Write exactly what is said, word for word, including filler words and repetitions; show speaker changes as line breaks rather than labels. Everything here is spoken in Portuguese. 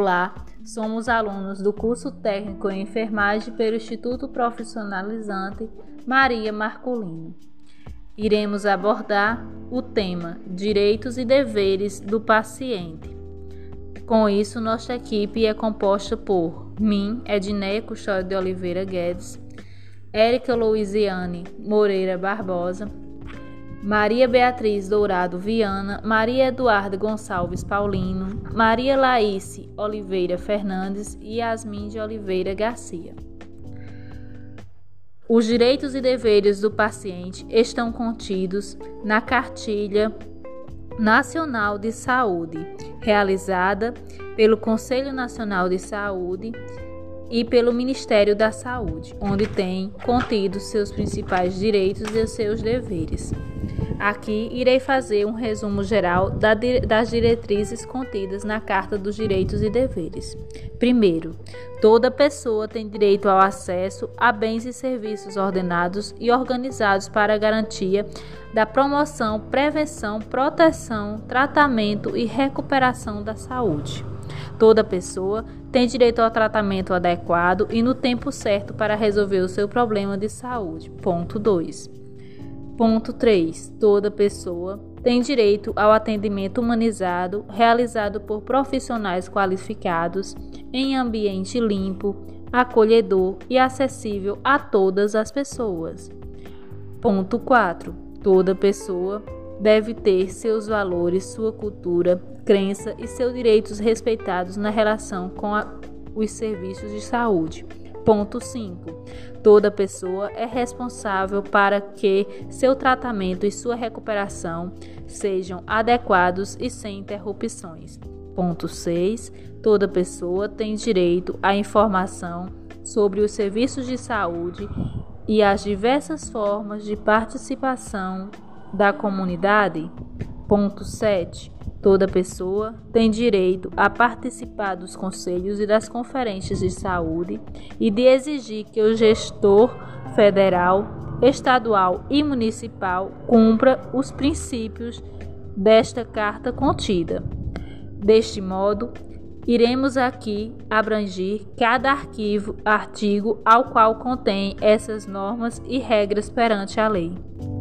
Olá, somos alunos do curso técnico em enfermagem pelo Instituto Profissionalizante Maria Marculino. Iremos abordar o tema Direitos e Deveres do Paciente. Com isso, nossa equipe é composta por mim, Edneia Custódio de Oliveira Guedes, Érica Louisiane Moreira Barbosa, Maria Beatriz Dourado Viana, Maria Eduarda Gonçalves Paulino, Maria Laíse Oliveira Fernandes e Yasmin de Oliveira Garcia. Os direitos e deveres do paciente estão contidos na Cartilha Nacional de Saúde, realizada pelo Conselho Nacional de Saúde e pelo Ministério da Saúde, onde tem contido seus principais direitos e seus deveres. Aqui irei fazer um resumo geral das diretrizes contidas na Carta dos Direitos e Deveres. Primeiro, toda pessoa tem direito ao acesso a bens e serviços ordenados e organizados para a garantia da promoção, prevenção, proteção, tratamento e recuperação da saúde. Toda pessoa tem direito ao tratamento adequado e no tempo certo para resolver o seu problema de saúde. Ponto dois. Ponto três. Toda pessoa tem direito ao atendimento humanizado realizado por profissionais qualificados em ambiente limpo, acolhedor e acessível a todas as pessoas. Ponto quatro. Toda pessoa deve ter seus valores, sua cultura, crença e seus direitos respeitados na relação com a, os serviços de saúde. Ponto cinco. Toda pessoa é responsável para que seu tratamento e sua recuperação sejam adequados e sem interrupções. Ponto seis. Toda pessoa tem direito à informação sobre os serviços de saúde e as diversas formas de participação da comunidade. Ponto sete. Toda pessoa tem direito a participar dos conselhos e das conferências de saúde e de exigir que o gestor federal, estadual e municipal cumpra os princípios desta carta contida. Deste modo, iremos aqui abranger cada arquivo, artigo ao qual contém essas normas e regras perante a lei.